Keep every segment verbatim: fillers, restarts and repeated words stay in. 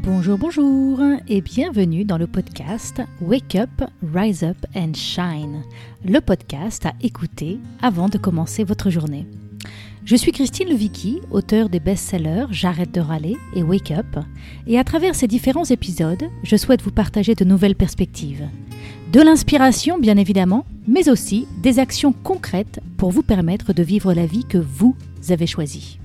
Bonjour, bonjour et bienvenue dans le podcast Wake Up, Rise Up and Shine, le podcast à écouter avant de commencer votre journée. Je suis Christine Levicki, auteure des best-sellers J'arrête de râler et Wake Up, et à travers ces différents épisodes, je souhaite vous partager de nouvelles perspectives. De l'inspiration bien évidemment, mais aussi des actions concrètes pour vous permettre de vivre la vie que vous avez choisie.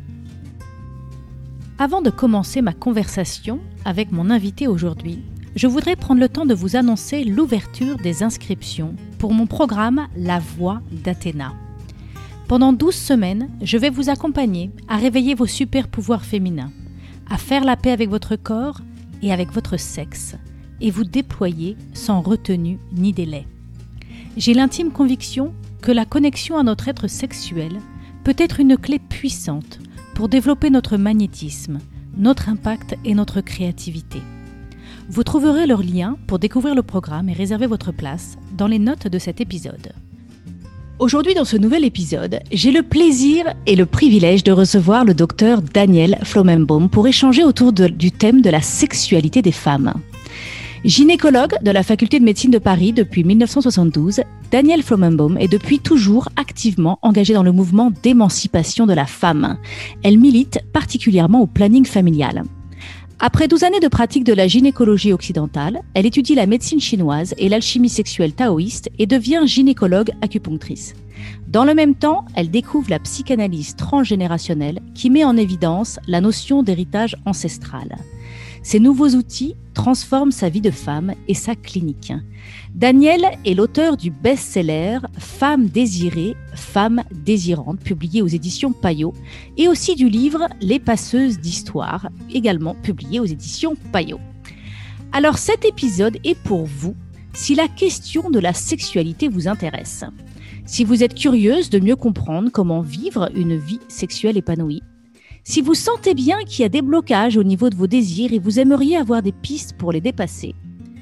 Avant de commencer ma conversation avec mon invité aujourd'hui, je voudrais prendre le temps de vous annoncer l'ouverture des inscriptions pour mon programme La Voix d'Athéna. Pendant douze semaines, je vais vous accompagner à réveiller vos super pouvoirs féminins, à faire la paix avec votre corps et avec votre sexe, et vous déployer sans retenue ni délai. J'ai l'intime conviction que la connexion à notre être sexuel peut être une clé puissante pour développer notre magnétisme, notre impact et notre créativité. Vous trouverez leur lien pour découvrir le programme et réserver votre place dans les notes de cet épisode. Aujourd'hui, dans ce nouvel épisode, j'ai le plaisir et le privilège de recevoir le docteur Daniel Flomenboim pour échanger autour de, du thème de la sexualité des femmes. Gynécologue de la faculté de médecine de Paris depuis dix-neuf cent soixante-douze, Daniel Flomenboim est depuis toujours activement engagée dans le mouvement d'émancipation de la femme. Elle milite particulièrement au planning familial. Après douze années de pratique de la gynécologie occidentale, elle étudie la médecine chinoise et l'alchimie sexuelle taoïste et devient gynécologue acupunctrice. Dans le même temps, elle découvre la psychanalyse transgénérationnelle qui met en évidence la notion d'héritage ancestral. Ces nouveaux outils transforment sa vie de femme et sa clinique. Daniel est l'auteur du best-seller Femme désirée, femme désirante, publié aux éditions Payot, et aussi du livre Les passeuses d'histoire, également publié aux éditions Payot. Alors cet épisode est pour vous si la question de la sexualité vous intéresse. Si vous êtes curieuse de mieux comprendre comment vivre une vie sexuelle épanouie, si vous sentez bien qu'il y a des blocages au niveau de vos désirs et vous aimeriez avoir des pistes pour les dépasser,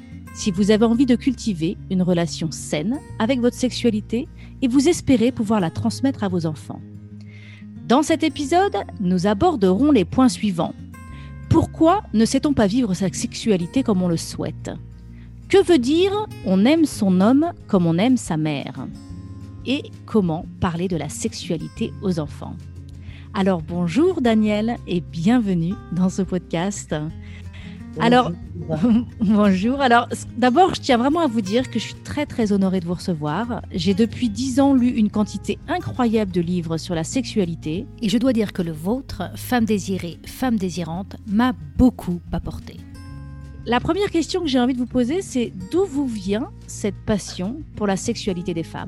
si vous avez envie de cultiver une relation saine avec votre sexualité et vous espérez pouvoir la transmettre à vos enfants. Dans cet épisode, nous aborderons les points suivants. Pourquoi ne sait-on pas vivre sa sexualité comme on le souhaite ? Que veut dire « on aime son homme comme on aime sa mère » ? Et comment parler de la sexualité aux enfants ? Alors bonjour Daniel et bienvenue dans ce podcast. Bonjour. Alors bonjour. Alors d'abord, je tiens vraiment à vous dire que je suis très très honorée de vous recevoir. J'ai depuis dix ans lu une quantité incroyable de livres sur la sexualité et je dois dire que le vôtre, Femme désirée, femme désirante, m'a beaucoup apporté. La première question que j'ai envie de vous poser, c'est d'où vous vient cette passion pour la sexualité des femmes ?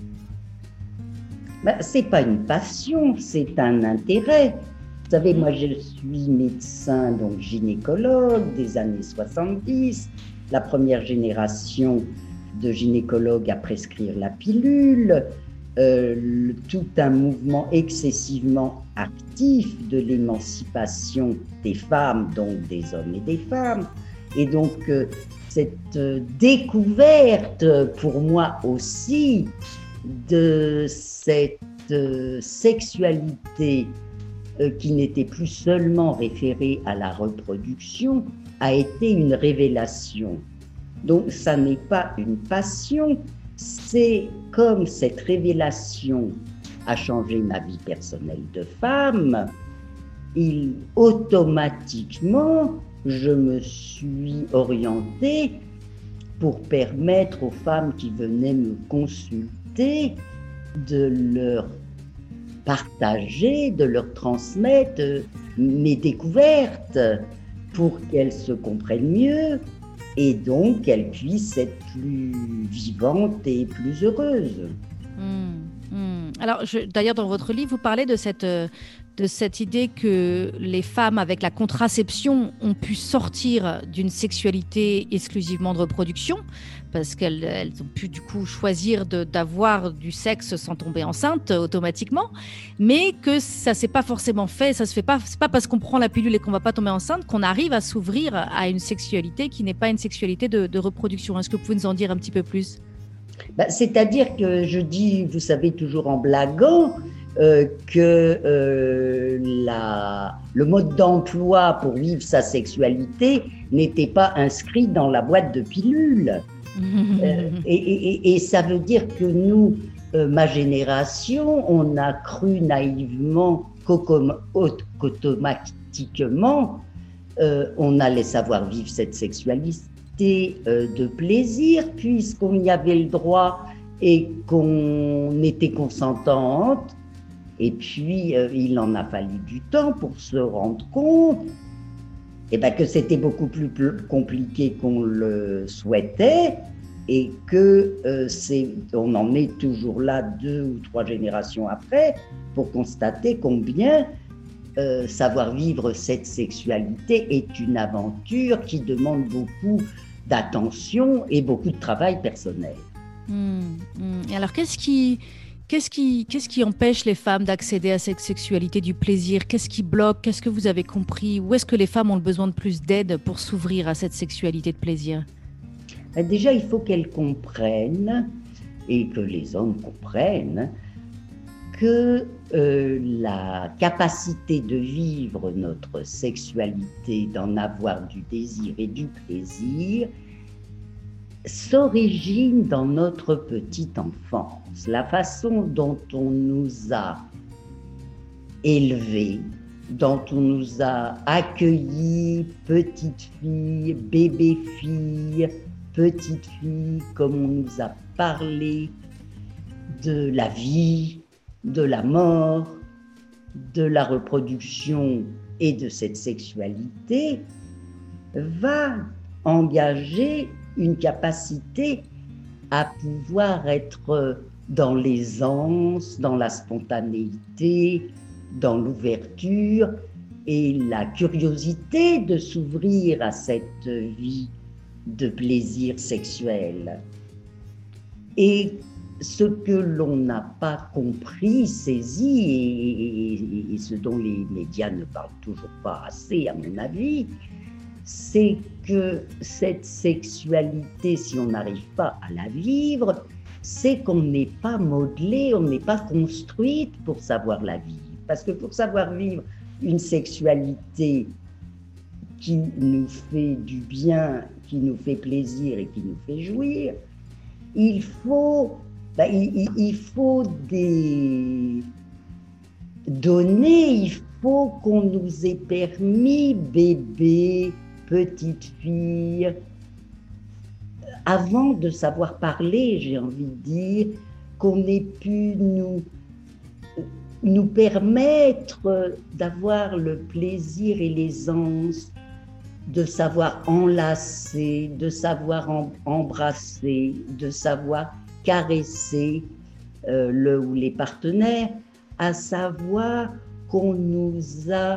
Ben, ce n'est pas une passion, c'est un intérêt. Vous savez, moi je suis médecin, donc gynécologue des années soixante-dix, la première génération de gynécologues à prescrire la pilule, euh, le, tout un mouvement excessivement actif de l'émancipation des femmes, donc des hommes et des femmes. Et donc euh, cette euh, découverte pour moi aussi, de cette euh, sexualité euh, qui n'était plus seulement référée à la reproduction, a été une révélation. Donc ça n'est pas une passion, c'est comme cette révélation a changé ma vie personnelle de femme, il, automatiquement, je me suis orientée pour permettre aux femmes qui venaient me consulter de leur partager, de leur transmettre mes découvertes pour qu'elles se comprennent mieux et donc qu'elles puissent être plus vivantes et plus heureuses. Mmh, mmh. Alors, je, d'ailleurs, dans votre livre, vous parlez de cette, de cette idée que les femmes, avec la contraception, ont pu sortir d'une sexualité exclusivement de reproduction, parce qu'elles elles ont pu du coup choisir de, d'avoir du sexe sans tomber enceinte automatiquement, mais que ça s'est pas forcément fait, ça se fait pas, c'est pas parce qu'on prend la pilule et qu'on va pas tomber enceinte qu'on arrive à s'ouvrir à une sexualité qui n'est pas une sexualité de, de reproduction. Est-ce que vous pouvez nous en dire un petit peu plus ? Ben, c'est-à-dire que je dis, vous savez, toujours en blaguant, euh, que euh, la, le mode d'emploi pour vivre sa sexualité n'était pas inscrit dans la boîte de pilules. euh, et, et, et ça veut dire que nous, euh, ma génération, on a cru naïvement qu'automatiquement, euh, on allait savoir vivre cette sexualité euh, de plaisir, puisqu'on y avait le droit et qu'on était consentante. Et puis, euh, il en a fallu du temps pour se rendre compte eh ben, que c'était beaucoup plus compliqué qu'on le souhaitait et que euh, c'est, on en est toujours là deux ou trois générations après pour constater combien euh, savoir vivre cette sexualité est une aventure qui demande beaucoup d'attention et beaucoup de travail personnel. Mmh, mmh. Alors, qu'est-ce qui... Qu'est-ce qui, qu'est-ce qui empêche les femmes d'accéder à cette sexualité du plaisir? Qu'est-ce qui bloque? Qu'est-ce que vous avez compris? Où est-ce que les femmes ont besoin de plus d'aide pour s'ouvrir à cette sexualité de plaisir? Déjà, il faut qu'elles comprennent, et que les hommes comprennent, que euh, la capacité de vivre notre sexualité, d'en avoir du désir et du plaisir, s'origine dans notre petite enfance, la façon dont on nous a élevés, dont on nous a accueillis, petite fille, bébé fille, petite fille, comme on nous a parlé de la vie, de la mort, de la reproduction et de cette sexualité, va engager une capacité à pouvoir être dans l'aisance, dans la spontanéité, dans l'ouverture et la curiosité de s'ouvrir à cette vie de plaisir sexuel. Et ce que l'on n'a pas compris, saisi, et, et, et ce dont les médias ne parlent toujours pas assez, à mon avis, c'est que cette sexualité, si on n'arrive pas à la vivre, c'est qu'on n'est pas modelé, on n'est pas construite pour savoir la vivre. Parce que pour savoir vivre une sexualité qui nous fait du bien, qui nous fait plaisir et qui nous fait jouir, il faut, ben, il, il faut des données, il faut qu'on nous ait permis, bébé, petite fille, avant de savoir parler, j'ai envie de dire, qu'on ait pu nous, nous permettre d'avoir le plaisir et l'aisance de savoir enlacer, de savoir em- embrasser, de savoir caresser euh, le ou les partenaires, à savoir qu'on nous a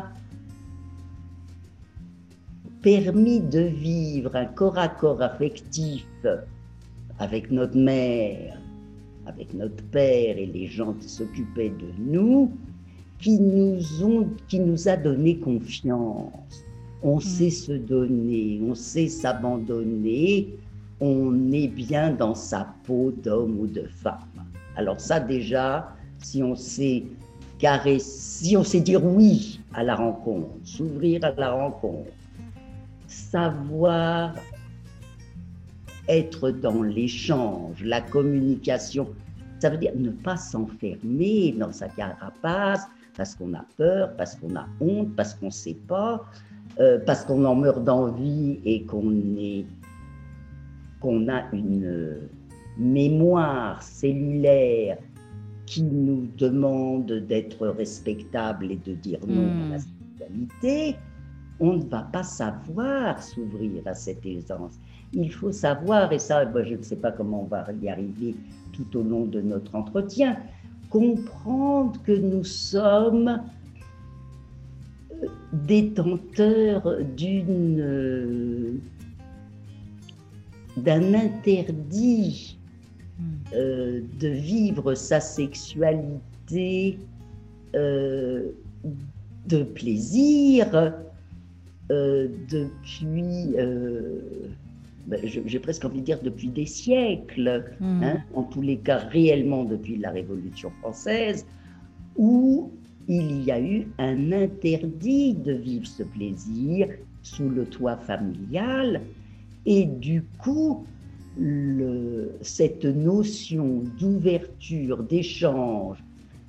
permis de vivre un corps à corps affectif avec notre mère, avec notre père et les gens qui s'occupaient de nous, qui nous ont, qui nous a donné confiance. On mmh. sait se donner, on sait s'abandonner, on est bien dans sa peau d'homme ou de femme. Alors ça déjà, si on sait caresser, si on sait dire oui à la rencontre, s'ouvrir à la rencontre, savoir être dans l'échange, la communication, ça veut dire ne pas s'enfermer dans sa carapace parce qu'on a peur, parce qu'on a honte, parce qu'on ne sait pas, euh, parce qu'on en meurt d'envie et qu'on est, qu'on a une mémoire cellulaire qui nous demande d'être respectable et de dire non mmh. à la sexualité. On ne va pas savoir s'ouvrir à cette aisance. Il faut savoir, et ça, ben, je ne sais pas comment on va y arriver tout au long de notre entretien, comprendre que nous sommes détenteurs d'une, d'un interdit euh, de vivre sa sexualité euh, de plaisir, Euh, depuis, euh, ben, j'ai presque envie de dire depuis des siècles, mmh. hein, en tous les cas réellement depuis la Révolution française, où il y a eu un interdit de vivre ce plaisir sous le toit familial, et du coup, le, cette notion d'ouverture, d'échange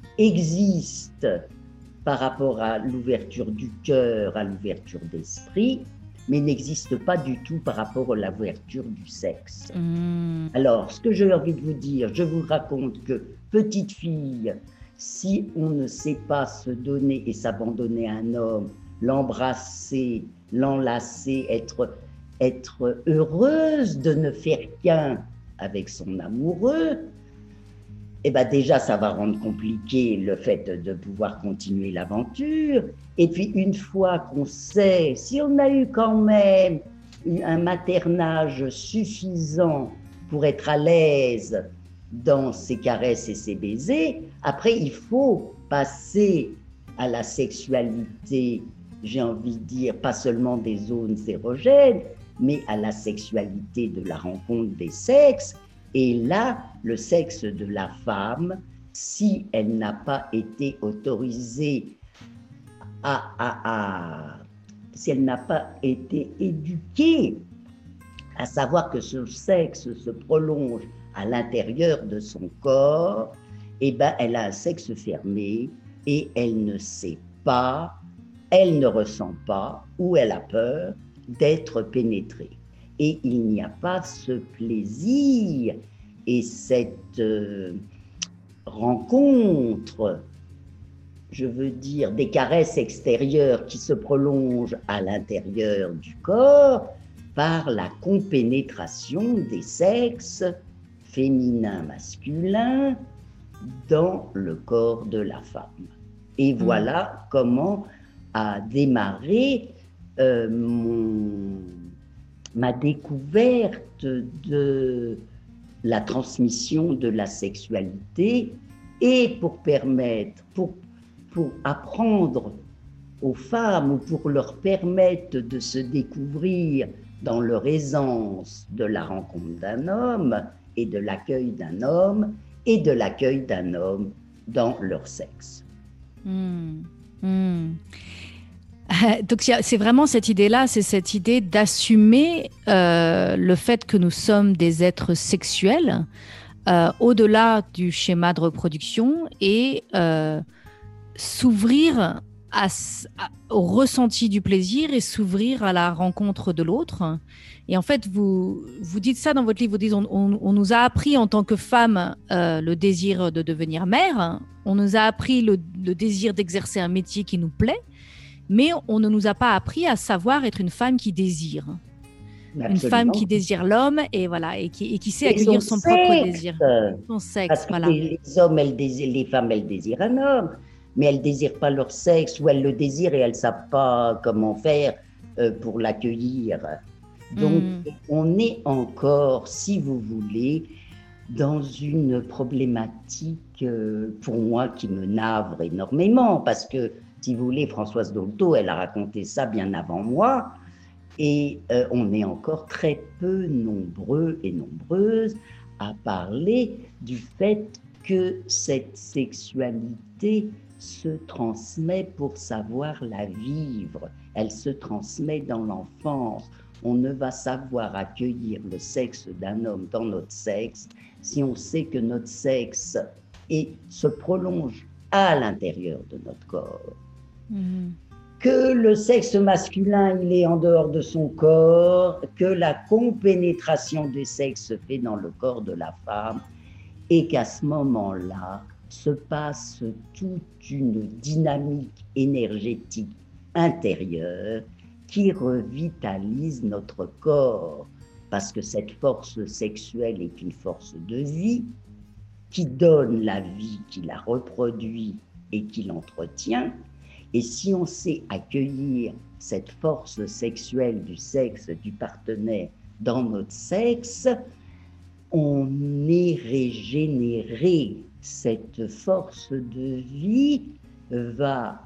existe par rapport à l'ouverture du cœur, à l'ouverture d'esprit, mais n'existe pas du tout par rapport à l'ouverture du sexe. Mmh. Alors, ce que j'ai envie de vous dire, je vous raconte que, petite fille, si on ne sait pas se donner et s'abandonner à un homme, l'embrasser, l'enlacer, être, être heureuse de ne faire qu'un avec son amoureux, eh bien déjà, ça va rendre compliqué le fait de, de pouvoir continuer l'aventure. Et puis, une fois qu'on sait, si on a eu quand même un maternage suffisant pour être à l'aise dans ses caresses et ses baisers, après, il faut passer à la sexualité, j'ai envie de dire, pas seulement des zones érogènes, mais à la sexualité de la rencontre des sexes. Et là, le sexe de la femme, si elle n'a pas été autorisée à, à, à si elle n'a pas été éduquée à savoir que ce sexe se prolonge à l'intérieur de son corps, eh ben, elle a un sexe fermé et elle ne sait pas, elle ne ressent pas ou elle a peur d'être pénétrée. Et il n'y a pas ce plaisir et cette euh, rencontre, je veux dire, des caresses extérieures qui se prolongent à l'intérieur du corps par la compénétration des sexes féminin, masculin dans le corps de la femme. Et voilà mmh. comment a démarré euh, mon... ma découverte de la transmission de la sexualité et pour permettre, pour, pour apprendre aux femmes ou pour leur permettre de se découvrir dans leur aisance de la rencontre d'un homme et de l'accueil d'un homme et de l'accueil d'un homme dans leur sexe. Mmh. Mmh. Donc c'est vraiment cette idée-là, c'est cette idée d'assumer euh, le fait que nous sommes des êtres sexuels euh, au-delà du schéma de reproduction et euh, s'ouvrir à, à, au ressenti du plaisir et s'ouvrir à la rencontre de l'autre. Et en fait, vous, vous dites ça dans votre livre, vous dites on, on, on nous a appris en tant que femme euh, le désir de devenir mère, on nous a appris le, le désir d'exercer un métier qui nous plaît, mais on ne nous a pas appris à savoir être une femme qui désire. Absolument. Une femme qui désire l'homme et, voilà, et, qui, et qui sait et accueillir son, son propre désir. Son sexe, Parce que voilà. les, les hommes, elles désirent, les femmes, elles désirent un homme, mais elles ne désirent pas leur sexe, ou elles le désirent et elles ne savent pas comment faire euh, pour l'accueillir. Donc, mm. on est encore, si vous voulez, dans une problématique, euh, pour moi, qui me navre énormément, parce que si vous voulez, Françoise Dolto, elle a raconté ça bien avant moi, et euh, on est encore très peu nombreux et nombreuses à parler du fait que cette sexualité se transmet pour savoir la vivre, elle se transmet dans l'enfance. On ne va savoir accueillir le sexe d'un homme dans notre sexe si on sait que notre sexe est, se prolonge à l'intérieur de notre corps. Mmh. Que le sexe masculin, il est en dehors de son corps, que la compénétration du sexe se fait dans le corps de la femme et qu'à ce moment-là se passe toute une dynamique énergétique intérieure qui revitalise notre corps, parce que cette force sexuelle est une force de vie qui donne la vie, qui la reproduit et qui l'entretient. Et si on sait accueillir cette force sexuelle du sexe du partenaire dans notre sexe, on est régénéré. Cette force de vie va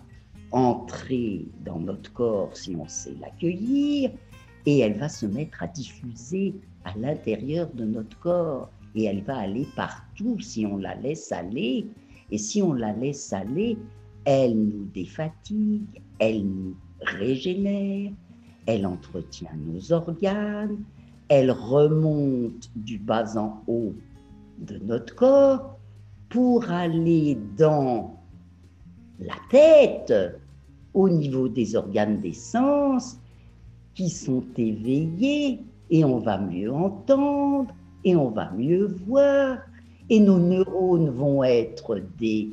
entrer dans notre corps si on sait l'accueillir et elle va se mettre à diffuser à l'intérieur de notre corps et elle va aller partout si on la laisse aller. Et si on la laisse aller, elle nous défatigue, elle nous régénère, elle entretient nos organes, elle remonte du bas en haut de notre corps pour aller dans la tête, au niveau des organes des sens, qui sont éveillés, et on va mieux entendre, et on va mieux voir, et nos neurones vont être des,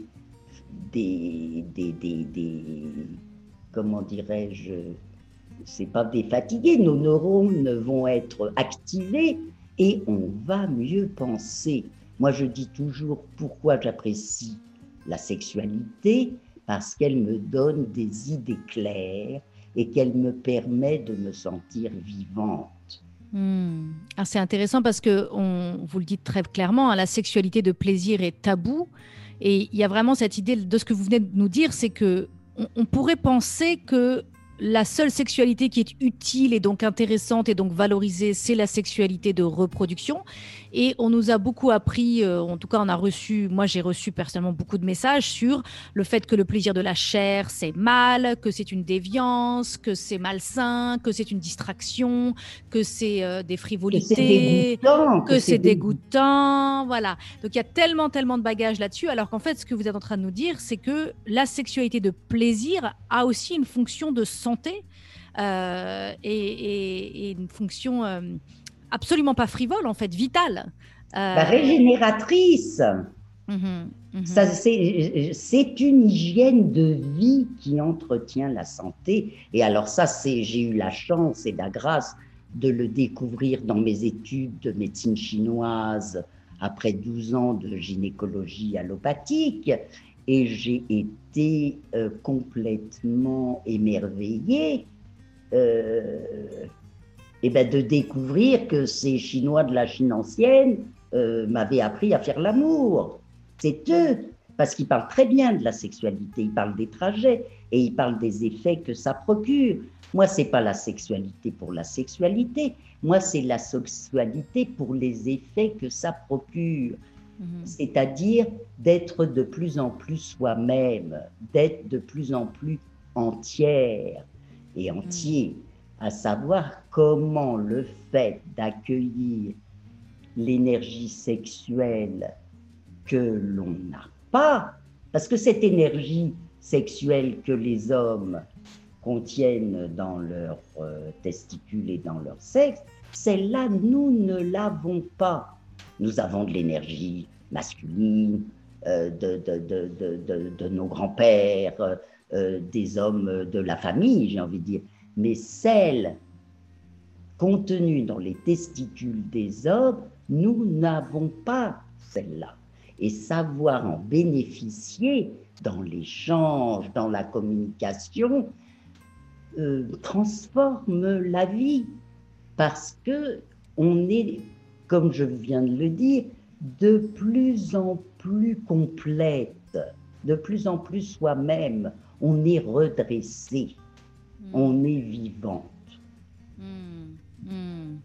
des, des, des, des comment dirais-je, c'est pas défatigués, nos neurones vont être activés, et on va mieux penser. Moi, je dis toujours pourquoi j'apprécie la sexualité, parce qu'elle me donne des idées claires et qu'elle me permet de me sentir vivante. Hmm. Ah, c'est intéressant parce que on, vous le dites très clairement, hein, la sexualité de plaisir est tabou. Et il y a vraiment cette idée de ce que vous venez de nous dire, c'est que on, on pourrait penser que la seule sexualité qui est utile et donc intéressante et donc valorisée, c'est la sexualité de reproduction. Et on nous a beaucoup appris, euh, en tout cas on a reçu, moi j'ai reçu personnellement beaucoup de messages sur le fait que le plaisir de la chair c'est mal, que c'est une déviance, que c'est malsain, que c'est une distraction, que c'est euh, des frivolités, que c'est dégoûtant, que, que c'est dégoûtant, voilà. Donc il y a tellement, tellement de bagages là-dessus, alors qu'en fait ce que vous êtes en train de nous dire, c'est que la sexualité de plaisir a aussi une fonction de santé euh, et, et, et une fonction euh, absolument pas frivole, en fait, vitale. Euh... Bah, régénératrice. Mmh, mmh. Ça, c'est, c'est une hygiène de vie qui entretient la santé. Et alors ça, c'est, j'ai eu la chance et la grâce de le découvrir dans mes études de médecine chinoise après douze ans de gynécologie allopathique. Et j'ai été euh, complètement émerveillée euh, et ben de découvrir que ces Chinois de la Chine ancienne euh, m'avaient appris à faire l'amour. C'est eux, parce qu'ils parlent très bien de la sexualité, ils parlent des trajets et ils parlent des effets que ça procure. Moi, c'est pas la sexualité pour la sexualité, moi, c'est la sexualité pour les effets que ça procure. Mmh. C'est-à-dire d'être de plus en plus soi-même, d'être de plus en plus entière et entier, mmh. à savoir comment le fait d'accueillir l'énergie sexuelle que l'on n'a pas, parce que cette énergie sexuelle que les hommes contiennent dans leurs euh, testicules et dans leur sexe, celle-là, nous ne l'avons pas. Nous avons de l'énergie masculine, euh, de, de, de, de, de, de nos grands-pères, euh, des hommes de la famille, j'ai envie de dire, mais celle contenue dans les testicules des hommes, nous n'avons pas celle-là. Et savoir en bénéficier dans l'échange, dans la communication, euh, transforme la vie. Parce que on est, comme je viens de le dire, de plus en plus complète, de plus en plus soi-même. On est redressé, mmh. on est vivante. Mmh. Mmh.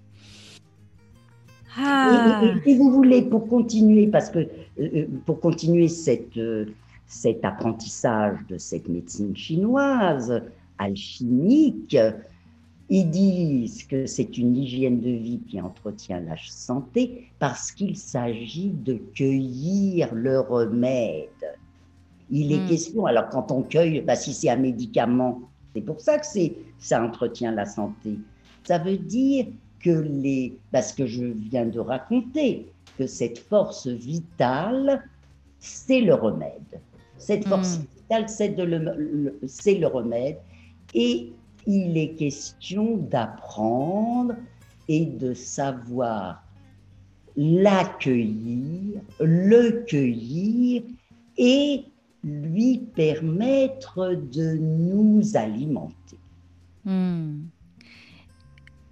Ah. Et, et, et si vous voulez, pour continuer, parce que euh, pour continuer cette, euh, cet apprentissage de cette médecine chinoise alchimique, ils disent que c'est une hygiène de vie qui entretient la santé parce qu'il s'agit de cueillir le remède. Il est mmh. question, alors quand on cueille, bah, si c'est un médicament, c'est pour ça que c'est, ça entretient la santé. Ça veut dire que les, parce que je viens de raconter, que cette force vitale, c'est le remède. Cette force mmh. vitale, c'est, de le, le, c'est le remède. Et il est question d'apprendre et de savoir l'accueillir, le cueillir et lui permettre de nous alimenter. Mmh.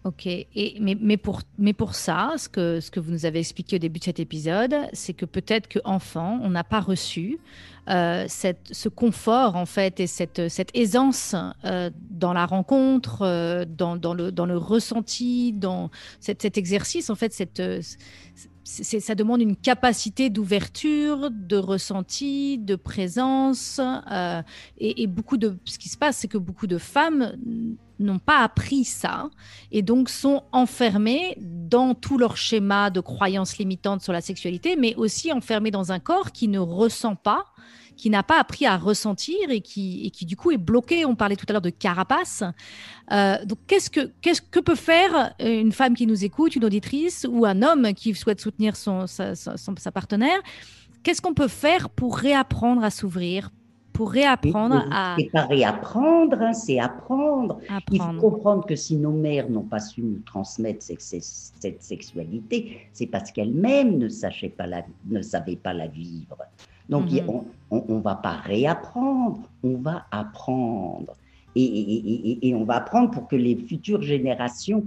Ok, et, mais, mais, pour, mais pour ça, ce que, ce que vous nous avez expliqué au début de cet épisode, c'est que peut-être qu'enfant, on n'a pas reçu euh, cette, ce confort, en fait, et cette, cette aisance euh, dans la rencontre, euh, dans, dans, le, dans le ressenti, dans cet, cet exercice, en fait, cette, euh, c'est, c'est- ça demande une capacité d'ouverture, de ressenti, de présence, euh, et, et beaucoup de... Ce qui se passe, c'est que beaucoup de femmes n'ont pas appris ça et donc sont enfermés dans tout leur schéma de croyances limitantes sur la sexualité, mais aussi enfermés dans un corps qui ne ressent pas, qui n'a pas appris à ressentir et qui, et qui du coup est bloqué. On parlait tout à l'heure de carapace. Euh, donc qu'est-ce que, qu'est-ce que peut faire une femme qui nous écoute, une auditrice ou un homme qui souhaite soutenir son, sa, sa, son, sa partenaire? Qu'est-ce qu'on peut faire pour réapprendre à s'ouvrir, pour réapprendre à C'est pas réapprendre, hein, c'est apprendre. Il faut apprendre? comprendre que si nos mères n'ont pas su nous transmettre cette, cette sexualité, c'est parce qu'elles-mêmes ne, savaient pas la, ne savaient pas la vivre. Donc, Mm-hmm. on ne va pas réapprendre, on va apprendre. Et, et, et, et on va apprendre pour que les futures générations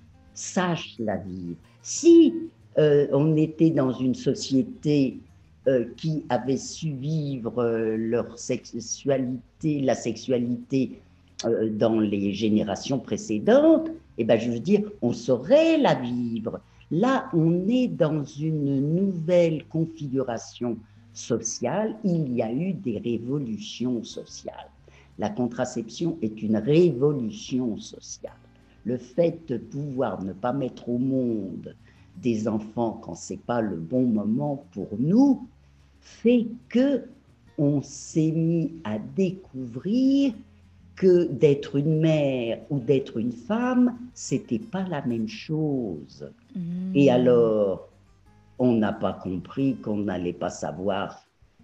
sachent la vivre. Si euh, on était dans une société euh, qui avaient su vivre euh, leur sexualité, la sexualité euh, dans les générations précédentes, eh ben, je veux dire, on saurait la vivre. Là, on est dans une nouvelle configuration sociale. Il y a eu des révolutions sociales. La contraception est une révolution sociale. Le fait de pouvoir ne pas mettre au monde des enfants quand ce n'est pas le bon moment pour nous, fait que on s'est mis à découvrir que d'être une mère ou d'être une femme, c'était pas la même chose. Mmh. Et alors, on n'a pas compris qu'on n'allait pas savoir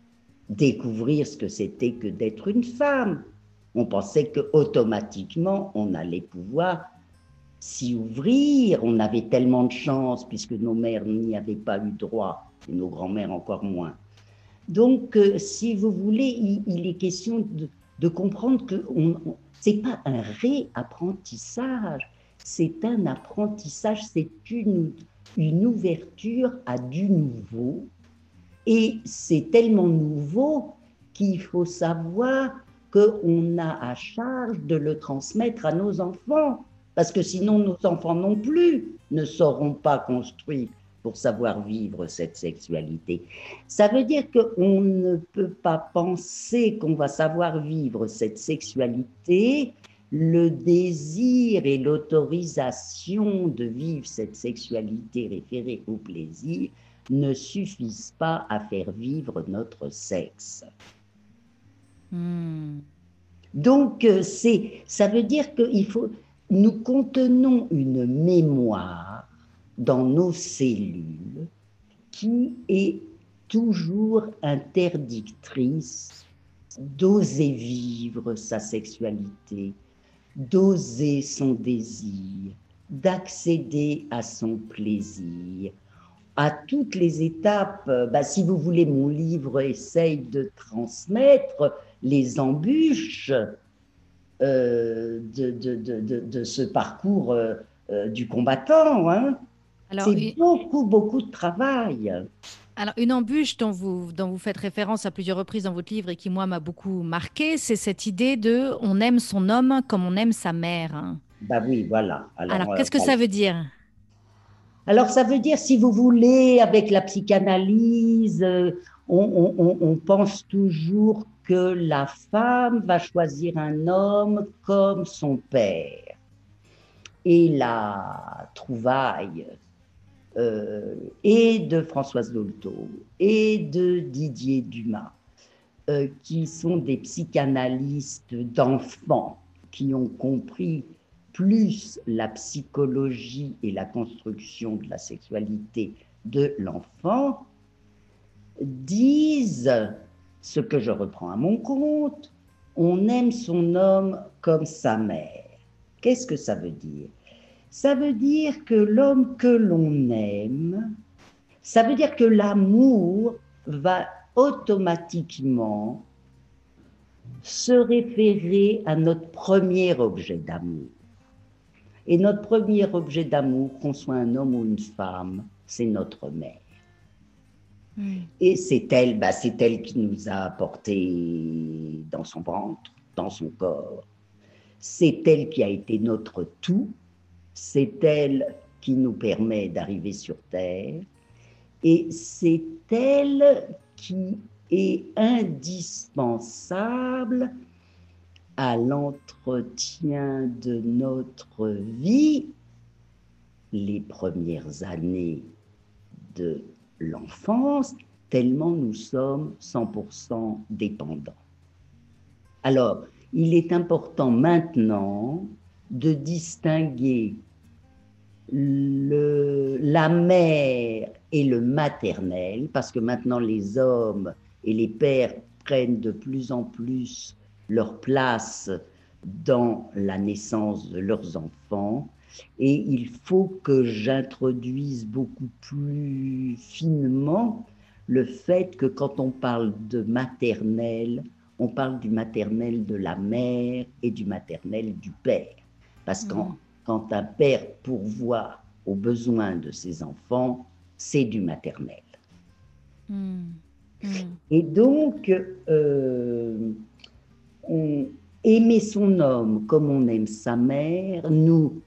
découvrir ce que c'était que d'être une femme. On pensait que automatiquement on allait pouvoir s'y ouvrir. On avait tellement de chance puisque nos mères n'y avaient pas eu droit et nos grands-mères encore moins. Donc, euh, si vous voulez, il, il est question de, de comprendre que ce n'est pas un réapprentissage, c'est un apprentissage, c'est une, une ouverture à du nouveau. Et c'est tellement nouveau qu'il faut savoir qu'on a à charge de le transmettre à nos enfants, parce que sinon nos enfants non plus ne sauront pas construire pour savoir vivre cette sexualité. Ça veut dire qu'on ne peut pas penser qu'on va savoir vivre cette sexualité. Le désir et l'autorisation de vivre cette sexualité référée au plaisir ne suffisent pas à faire vivre notre sexe. Mmh. Donc, c'est, ça veut dire que il faut, nous contenons une mémoire dans nos cellules qui est toujours interdictrice d'oser vivre sa sexualité, d'oser son désir, d'accéder à son plaisir. À toutes les étapes, bah, si vous voulez, mon livre essaye de transmettre les embûches euh, de, de, de, de, ce parcours euh, du combattant. Hein. Alors, C'est une, beaucoup, beaucoup de travail. alors, une embûche dont vous, dont vous faites référence à plusieurs reprises dans votre livre et qui, moi, m'a beaucoup marqué, c'est cette idée de on aime son homme comme on aime sa mère. Hein. Bah oui, voilà. Alors, Alors, euh, qu'est-ce que voilà. ça veut dire? Alors, ça veut dire, si vous voulez, avec la psychanalyse, euh, on, on, on pense toujours que la femme va choisir un homme comme son père. Et la trouvaille euh, et de Françoise Dolto et de Didier Dumas, euh, qui sont des psychanalystes d'enfants qui ont compris plus la psychologie et la construction de la sexualité de l'enfant, disent ce que je reprends à mon compte, on aime son homme comme sa mère. Qu'est-ce que ça veut dire? Ça veut dire que l'homme que l'on aime, ça veut dire que l'amour va automatiquement se référer à notre premier objet d'amour. Et notre premier objet d'amour, qu'on soit un homme ou une femme, c'est notre mère. Mmh. Et c'est elle, bah, c'est elle qui nous a portés dans son ventre, dans son corps. C'est elle qui a été notre tout. C'est elle qui nous permet d'arriver sur Terre. Et c'est elle qui est indispensable à l'entretien de notre vie, les premières années de l'enfance, tellement nous sommes cent pour cent dépendants. Alors, il est important maintenant de distinguer le, la mère et le maternel, parce que maintenant les hommes et les pères prennent de plus en plus leur place dans la naissance de leurs enfants. Et il faut que j'introduise beaucoup plus finement le fait que quand on parle de maternelle, on parle du maternel de la mère et du maternel du père. Parce que mmh. quand un père pourvoit aux besoins de ses enfants, c'est du maternel. Mmh. Mmh. Et donc, euh, on, aimer son homme comme on aime sa mère nous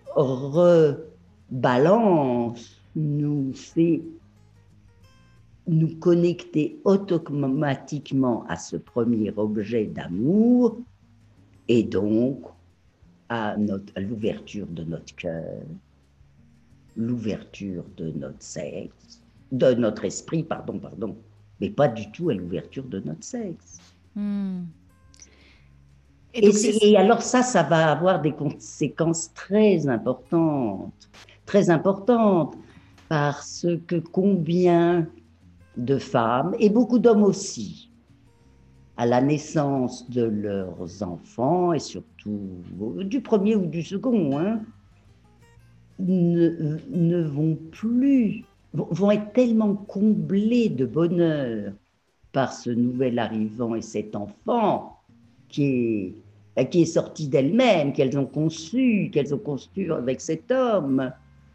rebalance, nous fait nous connecter automatiquement à ce premier objet d'amour et donc à, notre, à l'ouverture de notre cœur, l'ouverture de notre sexe, de notre esprit, pardon, pardon, mais pas du tout à l'ouverture de notre sexe. Mmh. Et, donc, et, et alors ça, ça va avoir des conséquences très importantes, très importantes, parce que combien de femmes, et beaucoup d'hommes aussi, à la naissance de leurs enfants, et surtout du premier ou du second, hein, ne, ne vont plus, vont être tellement comblés de bonheur par ce nouvel arrivant et cet enfant qui est qui est sortie d'elles-mêmes, qu'elles ont conçu, qu'elles ont conçu avec cet homme,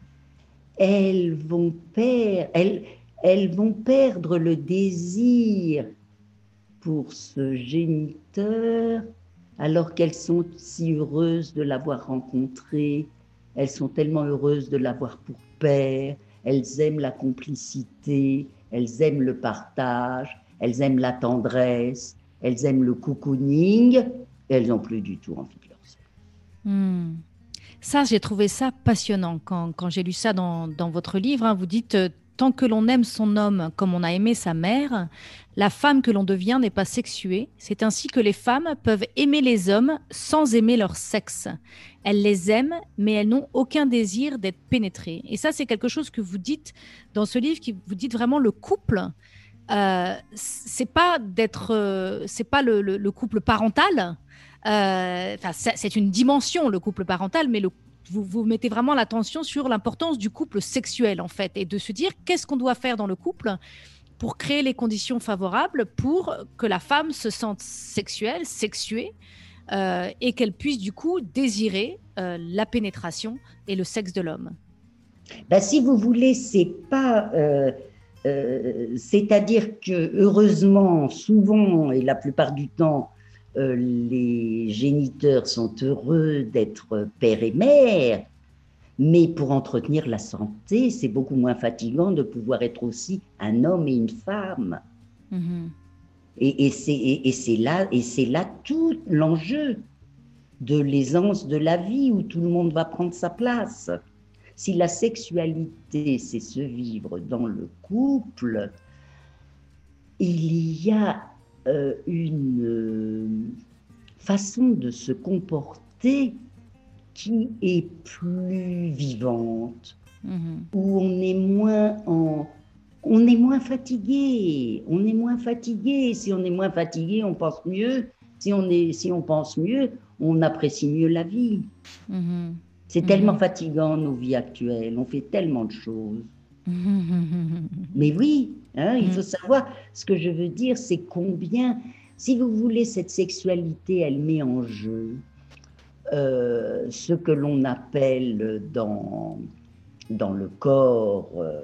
elles vont perdre, elles, elles vont perdre le désir pour ce géniteur, alors qu'elles sont si heureuses de l'avoir rencontré, elles sont tellement heureuses de l'avoir pour père, elles aiment la complicité, elles aiment le partage, elles aiment la tendresse, elles aiment le cocooning, elles n'ont plus du tout envie de leur sœur. Mmh. Ça, j'ai trouvé ça passionnant. Quand, quand j'ai lu ça dans, dans votre livre, hein, vous dites euh, « Tant que l'on aime son homme comme on a aimé sa mère, la femme que l'on devient n'est pas sexuée. C'est ainsi que les femmes peuvent aimer les hommes sans aimer leur sexe. Elles les aiment, mais elles n'ont aucun désir d'être pénétrées. » Et ça, c'est quelque chose que vous dites dans ce livre, qui vous dites vraiment le couple. Euh, c'est pas d'être, euh, c'est pas le, le, le couple parental. Euh, c'est, c'est une dimension, le couple parental, mais le, vous, vous mettez vraiment l'attention sur l'importance du couple sexuel, en fait, et de se dire qu'est-ce qu'on doit faire dans le couple pour créer les conditions favorables pour que la femme se sente sexuelle, sexuée, euh, et qu'elle puisse du coup désirer euh, la pénétration et le sexe de l'homme. Ben, si vous voulez, c'est pas... Euh... Euh, c'est-à-dire que, heureusement, souvent et la plupart du temps, euh, les géniteurs sont heureux d'être père et mère, mais pour entretenir la santé, c'est beaucoup moins fatigant de pouvoir être aussi un homme et une femme. Mmh. Et, et, c'est, et, et, c'est là, et c'est là tout l'enjeu de l'aisance de la vie où tout le monde va prendre sa place. Si la sexualité, c'est se vivre dans le couple, il y a euh, une euh, façon de se comporter qui est plus vivante, mmh. où on est moins en, on est moins fatigué, on est moins fatigué. Si on est moins fatigué, on pense mieux. Si on est, si on pense mieux, on apprécie mieux la vie. Mmh. C'est mmh. tellement fatigant, nos vies actuelles. On fait tellement de choses. Mmh. Mais oui, hein, il faut savoir, ce que je veux dire, c'est combien, si vous voulez, cette sexualité, elle met en jeu euh, euh, ce que l'on appelle dans, dans le corps euh,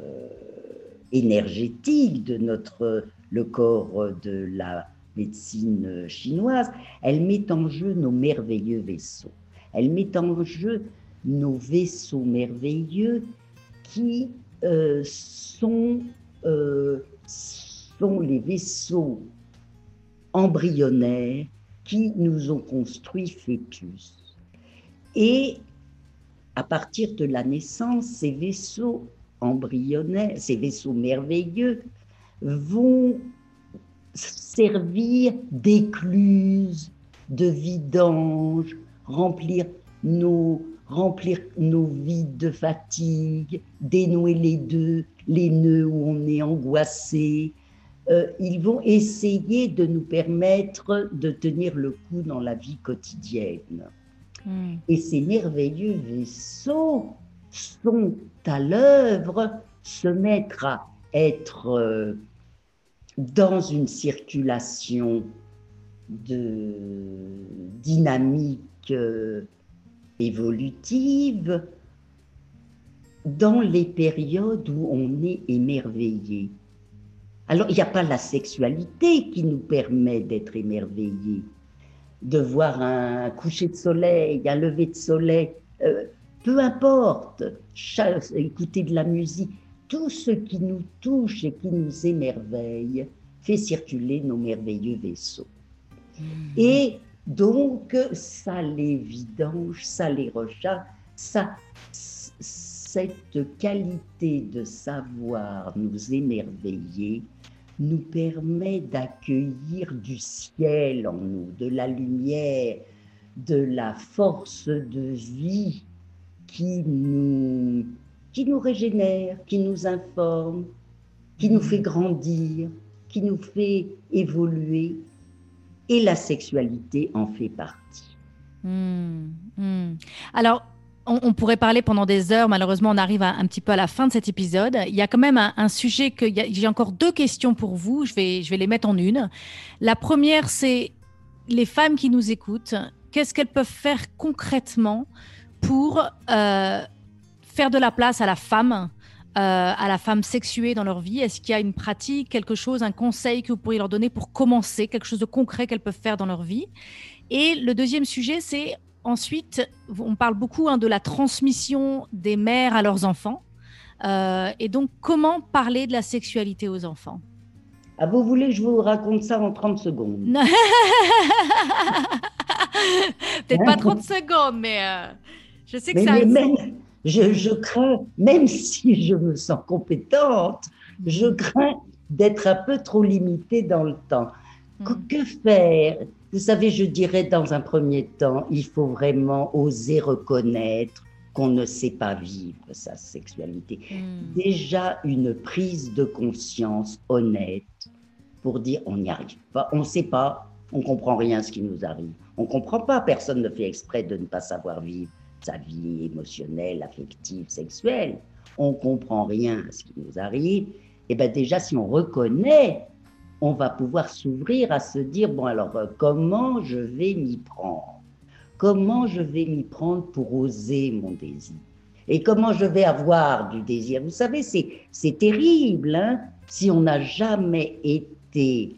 énergétique de notre, le corps de la médecine chinoise, elle met en jeu nos merveilleux vaisseaux. Elle met en jeu nos vaisseaux merveilleux qui euh, sont, euh, sont les vaisseaux embryonnaires qui nous ont construit fœtus. Et à partir de la naissance, ces vaisseaux embryonnaires, ces vaisseaux merveilleux vont servir d'écluses, de vidanges, remplir nos, remplir nos vides de fatigue, dénouer les nœuds, les nœuds où on est angoissé. Euh, ils vont essayer de nous permettre de tenir le coup dans la vie quotidienne. Mmh. Et ces merveilleux vaisseaux sont à l'œuvre, se mettre à être euh, dans une circulation de dynamique euh, évolutive dans les périodes où on est émerveillé. Alors, il n'y a pas la sexualité qui nous permet d'être émerveillés, de voir un coucher de soleil, un lever de soleil, euh, peu importe, écouter de la musique, tout ce qui nous touche et qui nous émerveille fait circuler nos merveilleux vaisseaux. Mmh. Et donc, ça les vidange, ça les recharge, ça, cette qualité de savoir nous émerveiller nous permet d'accueillir du ciel en nous, de la lumière, de la force de vie qui nous, qui nous régénère, qui nous informe, qui nous fait grandir, qui nous fait évoluer. Et la sexualité en fait partie. Mmh, mmh. Alors, on, on pourrait parler pendant des heures. Malheureusement, on arrive à, un petit peu à la fin de cet épisode. Il y a quand même un, un sujet que y a, j'ai encore deux questions pour vous. Je vais, je vais les mettre en une. La première, c'est les femmes qui nous écoutent. Qu'est-ce qu'elles peuvent faire concrètement pour euh, faire de la place à la femme, euh, à la femme sexuée dans leur vie? Est-ce qu'il y a une pratique, quelque chose, un conseil que vous pourriez leur donner pour commencer, quelque chose de concret qu'elles peuvent faire dans leur vie? Et le deuxième sujet, c'est ensuite, on parle beaucoup hein, de la transmission des mères à leurs enfants. Euh, et donc, comment parler de la sexualité aux enfants? Ah, vous voulez que je vous raconte ça en trente secondes? Peut-être hein? Pas trente secondes, mais euh, je sais que mais, ça... Mais même, je, je crains, même si je me sens compétente, je crains d'être un peu trop limitée dans le temps. Que, que faire? Vous savez, je dirais dans un premier temps, il faut vraiment oser reconnaître qu'on ne sait pas vivre sa sexualité. Mm. Déjà, une prise de conscience honnête pour dire on n'y arrive pas, on ne sait pas, on ne comprend rien à ce qui nous arrive. On ne comprend pas, personne ne fait exprès de ne pas savoir vivre sa vie émotionnelle, affective, sexuelle. On ne comprend rien à ce qui nous arrive. Et bien déjà, si on reconnaît, on va pouvoir s'ouvrir à se dire, bon alors, euh, comment je vais m'y prendre? Comment je vais m'y prendre pour oser mon désir? Et comment je vais avoir du désir? Vous savez, c'est, c'est terrible, hein, si on n'a jamais été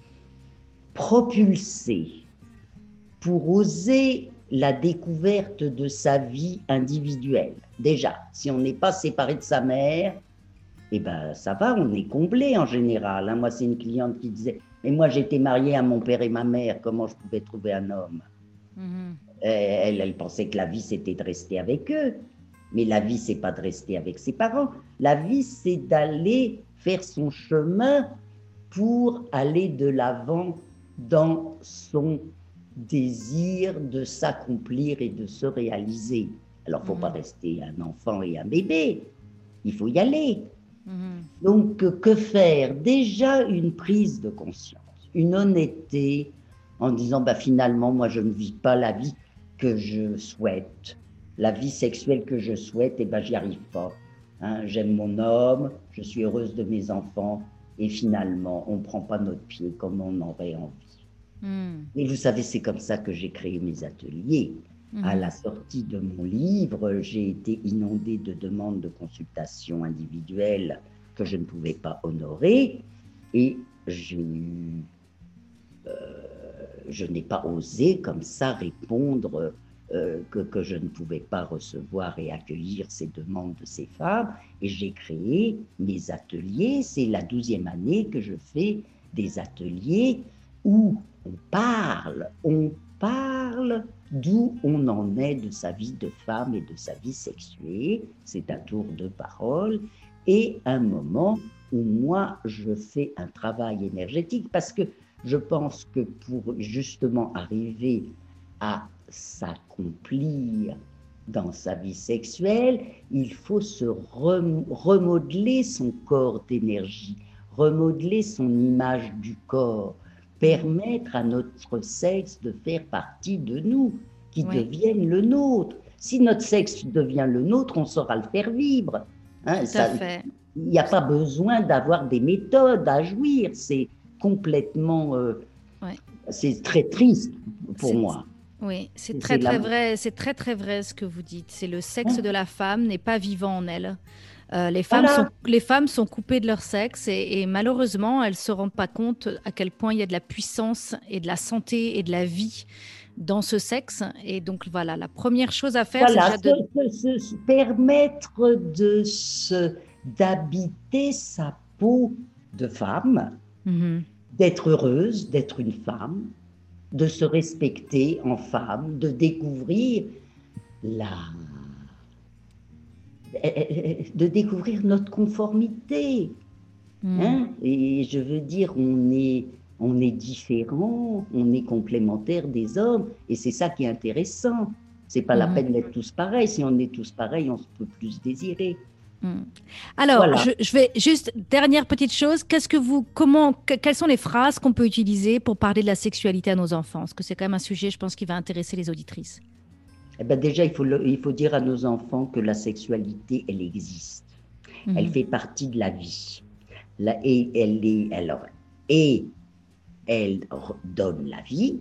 propulsé pour oser la découverte de sa vie individuelle. Déjà, si on n'est pas séparé de sa mère, eh ben, ça va, on est comblé en général. Hein. Moi, c'est une cliente qui disait « Mais moi, j'étais mariée à mon père et ma mère, comment je pouvais trouver un homme ?» mm-hmm. elle, elle pensait que la vie, c'était de rester avec eux. Mais la vie, c'est pas de rester avec ses parents. La vie, c'est d'aller faire son chemin pour aller de l'avant dans son désir de s'accomplir et de se réaliser. Alors, il ne faut mm-hmm. pas rester un enfant et un bébé. Il faut y aller. Mmh. Donc, que faire? Déjà une prise de conscience, une honnêteté en disant bah, finalement, moi, je ne vis pas la vie que je souhaite. La vie sexuelle que je souhaite, et ben, j'y arrive pas. Hein, j'aime mon homme, je suis heureuse de mes enfants, et finalement, on ne prend pas notre pied comme on aurait envie. Mmh. Et vous savez, c'est comme ça que j'ai créé mes ateliers. Mmh. À la sortie de mon livre, j'ai été inondée de demandes de consultation individuelle que je ne pouvais pas honorer et j'ai eu, euh, je n'ai pas osé comme ça répondre euh, que, que je ne pouvais pas recevoir et accueillir ces demandes de ces femmes et j'ai créé mes ateliers. C'est la douzième année que je fais des ateliers où on parle, on parle d'où on en est de sa vie de femme et de sa vie sexuée. C'est un tour de parole et un moment où moi je fais un travail énergétique parce que je pense que pour justement arriver à s'accomplir dans sa vie sexuelle, il faut se rem- remodeler son corps d'énergie, remodeler son image du corps, permettre à notre sexe de faire partie de nous, qui oui. devienne le nôtre. Si notre sexe devient le nôtre, on saura le faire vivre. Hein, Tout ça, à fait. Il n'y a pas besoin d'avoir des méthodes à jouir. C'est complètement... Euh, ouais. C'est très triste pour c'est... moi. Oui, c'est, c'est très très la... vrai. C'est très très vrai ce que vous dites. C'est le sexe hein? de la femme n'est pas vivant en elle. Euh, les, femmes voilà. sont, les femmes sont coupées de leur sexe et, et malheureusement, elles ne se rendent pas compte à quel point il y a de la puissance et de la santé et de la vie dans ce sexe. Et donc, voilà, la première chose à faire, voilà, c'est déjà de... Se, se, se permettre de se, d'habiter sa peau de femme, mm-hmm. d'être heureuse, d'être une femme, de se respecter en femme, de découvrir la... de découvrir notre conformité. Mmh. Hein? Et je veux dire, on est, on est différents, on est complémentaires des hommes, et c'est ça qui est intéressant. C'est pas mmh. la peine d'être tous pareils. Si on est tous pareils, on se peut plus désirer. Mmh. Alors, voilà. je, je vais juste dernière petite chose. Qu'est-ce que vous, comment, que, quelles sont les phrases qu'on peut utiliser pour parler de la sexualité à nos enfants? Parce que c'est quand même un sujet, je pense, qui va intéresser les auditrices. Eh ben déjà, il faut, le, il faut dire à nos enfants que la sexualité, elle existe. Mmh. Elle fait partie de la vie. La, et, elle est, alors, et elle donne la vie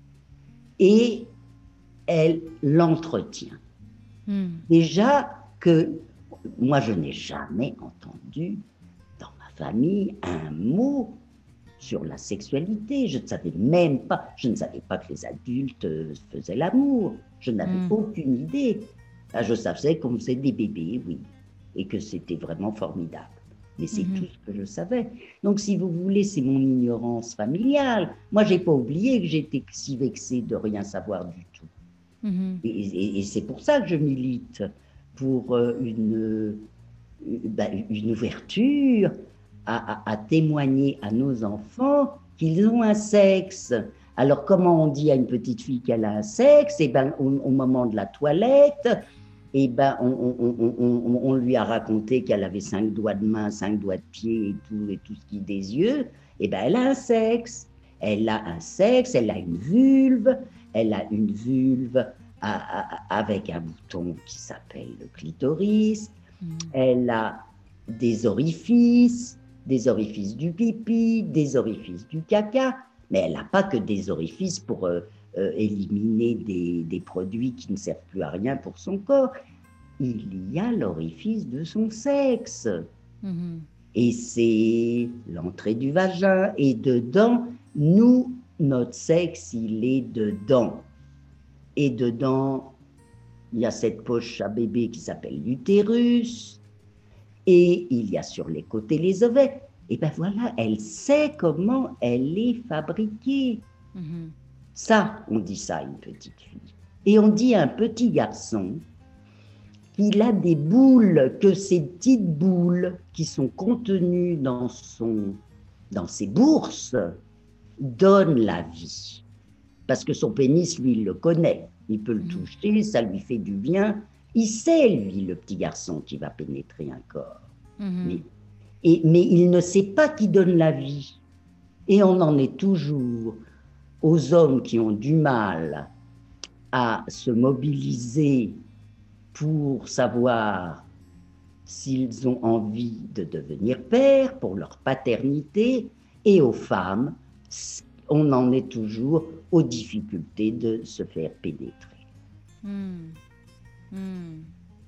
et elle l'entretient. Mmh. Déjà que moi, je n'ai jamais entendu dans ma famille un mot sur la sexualité. Je ne savais même pas, je ne savais pas que les adultes faisaient l'amour. Je n'avais mmh. aucune idée. Là, je savais qu'on faisait des bébés, oui, et que c'était vraiment formidable. Mais c'est mmh. tout ce que je savais. Donc, si vous voulez, c'est mon ignorance familiale. Moi, je n'ai pas oublié que j'étais si vexée de rien savoir du tout. Mmh. Et, et, et c'est pour ça que je milite pour une, ben, une ouverture à, à, à témoigner à nos enfants qu'ils ont un sexe. Alors, comment on dit à une petite fille qu'elle a un sexe? Eh ben, au, au moment de la toilette, eh ben, on, on, on, on, on lui a raconté qu'elle avait cinq doigts de main, cinq doigts de pied et tout, et tout ce qui des yeux. Eh ben, elle a un sexe. Elle a un sexe, elle a une vulve, elle a une vulve à, à, avec un bouton qui s'appelle le clitoris. Mmh. Elle a des orifices, des orifices du pipi, des orifices du caca. Mais elle n'a pas que des orifices pour euh, euh, éliminer des, des produits qui ne servent plus à rien pour son corps. Il y a l'orifice de son sexe. Mmh. Et c'est l'entrée du vagin. Et dedans, nous, notre sexe, il est dedans. Et dedans, il y a cette poche à bébé qui s'appelle l'utérus. Et il y a sur les côtés les ovaires. Et bien voilà, elle sait comment elle est fabriquée. Mmh. Ça, on dit ça à une petite fille. Et on dit à un petit garçon qu'il a des boules, que ces petites boules qui sont contenues dans, son, dans ses bourses donnent la vie. Parce que son pénis, lui, il le connaît. Il peut le mmh. toucher, ça lui fait du bien. Il sait, lui, le petit garçon, qui va pénétrer un corps. Mmh. Mais Et, mais il ne sait pas qui donne la vie. Et on en est toujours aux hommes qui ont du mal à se mobiliser pour savoir s'ils ont envie de devenir pères, pour leur paternité, et aux femmes, on en est toujours aux difficultés de se faire pénétrer. Mmh. Mmh.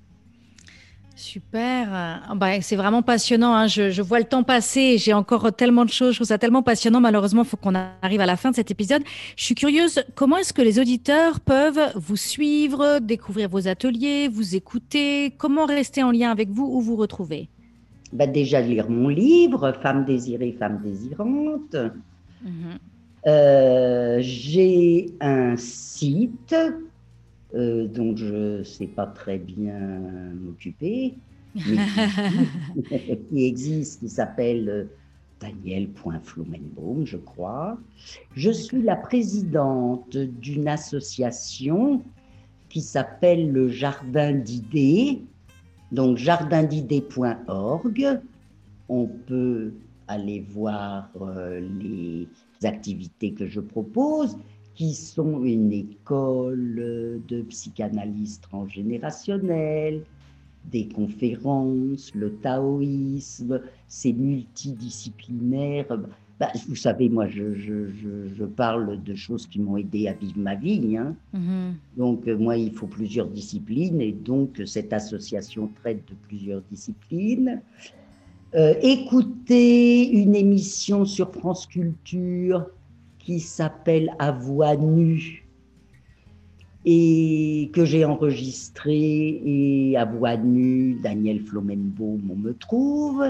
Super. Bah, c'est vraiment passionnant, hein. Je, je vois le temps passer. J'ai encore tellement de choses. Je trouve ça tellement passionnant. Malheureusement, il faut qu'on arrive à la fin de cet épisode. Je suis curieuse, comment est-ce que les auditeurs peuvent vous suivre, découvrir vos ateliers, vous écouter? Comment rester en lien avec vous ou vous retrouver? Bah, déjà lire mon livre, Femmes désirées, femmes désirantes. Mmh. Euh, j'ai un site euh, dont je ne sais pas très bien m'occuper, mais qui, qui existe, qui s'appelle daniel point flomenbaum, je crois. Je suis la présidente d'une association qui s'appelle le Jardin d'idées, donc jardin d'idées point org. On peut aller voir euh, les activités que je propose, qui sont une école de psychanalyse transgénérationnelle, des conférences, le taoïsme, c'est multidisciplinaire. Ben, vous savez, moi, je, je, je, je parle de choses qui m'ont aidé à vivre ma vie. Hein. Mm-hmm. Donc, euh, moi, il faut plusieurs disciplines, et donc, cette association traite de plusieurs disciplines. Euh, écoutez une émission sur France Culture qui s'appelle À voix nue et que j'ai enregistrée, et À voix nue, Daniel Flomenbaum, on me trouve.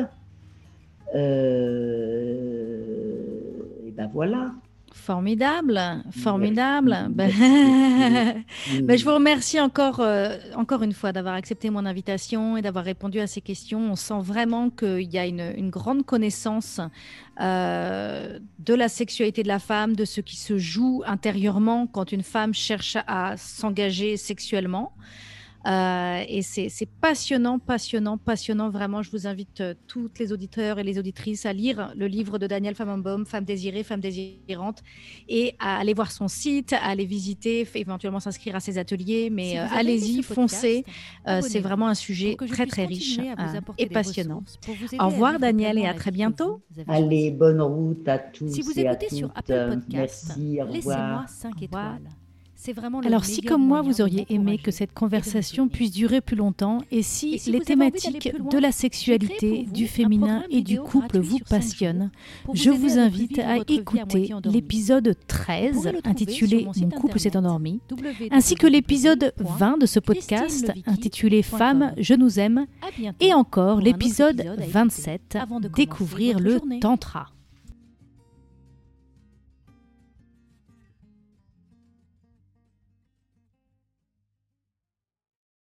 Euh, et ben voilà. Formidable, formidable. Ben, ben, je vous remercie encore, euh, encore une fois d'avoir accepté mon invitation et d'avoir répondu à ces questions. On sent vraiment qu'il y a une, une grande connaissance euh, de la sexualité de la femme, de ce qui se joue intérieurement quand une femme cherche à s'engager sexuellement. Euh, et c'est, c'est passionnant, passionnant, passionnant. Vraiment, je vous invite euh, toutes les auditeurs et les auditrices à lire le livre de Daniel Flomenbaum, Femmes désirées, femmes désirantes, et à aller voir son site, à aller visiter, éventuellement s'inscrire à ses ateliers. Mais si euh, allez-y, foncez. Euh, c'est vraiment un sujet très, très riche euh, et passionnant. Au revoir, Daniel, et à très bientôt. Allez, bonne route à tous. Si vous et écoutez à toutes. sur Apple Podcast, merci, au laissez-moi cinq étoiles. C'est vraiment Alors, si comme moi, vous auriez aimé que cette conversation puisse durer plus longtemps, et si, et si les thématiques loin, de la sexualité, du féminin et du couple vous passionnent, je vous invite à écouter l'épisode treize, intitulé « Mon couple s'est endormi », ainsi que l'épisode vingt de ce podcast, intitulé « Femmes, je nous aime », et encore l'épisode vingt-sept, « Découvrir le Tantra ».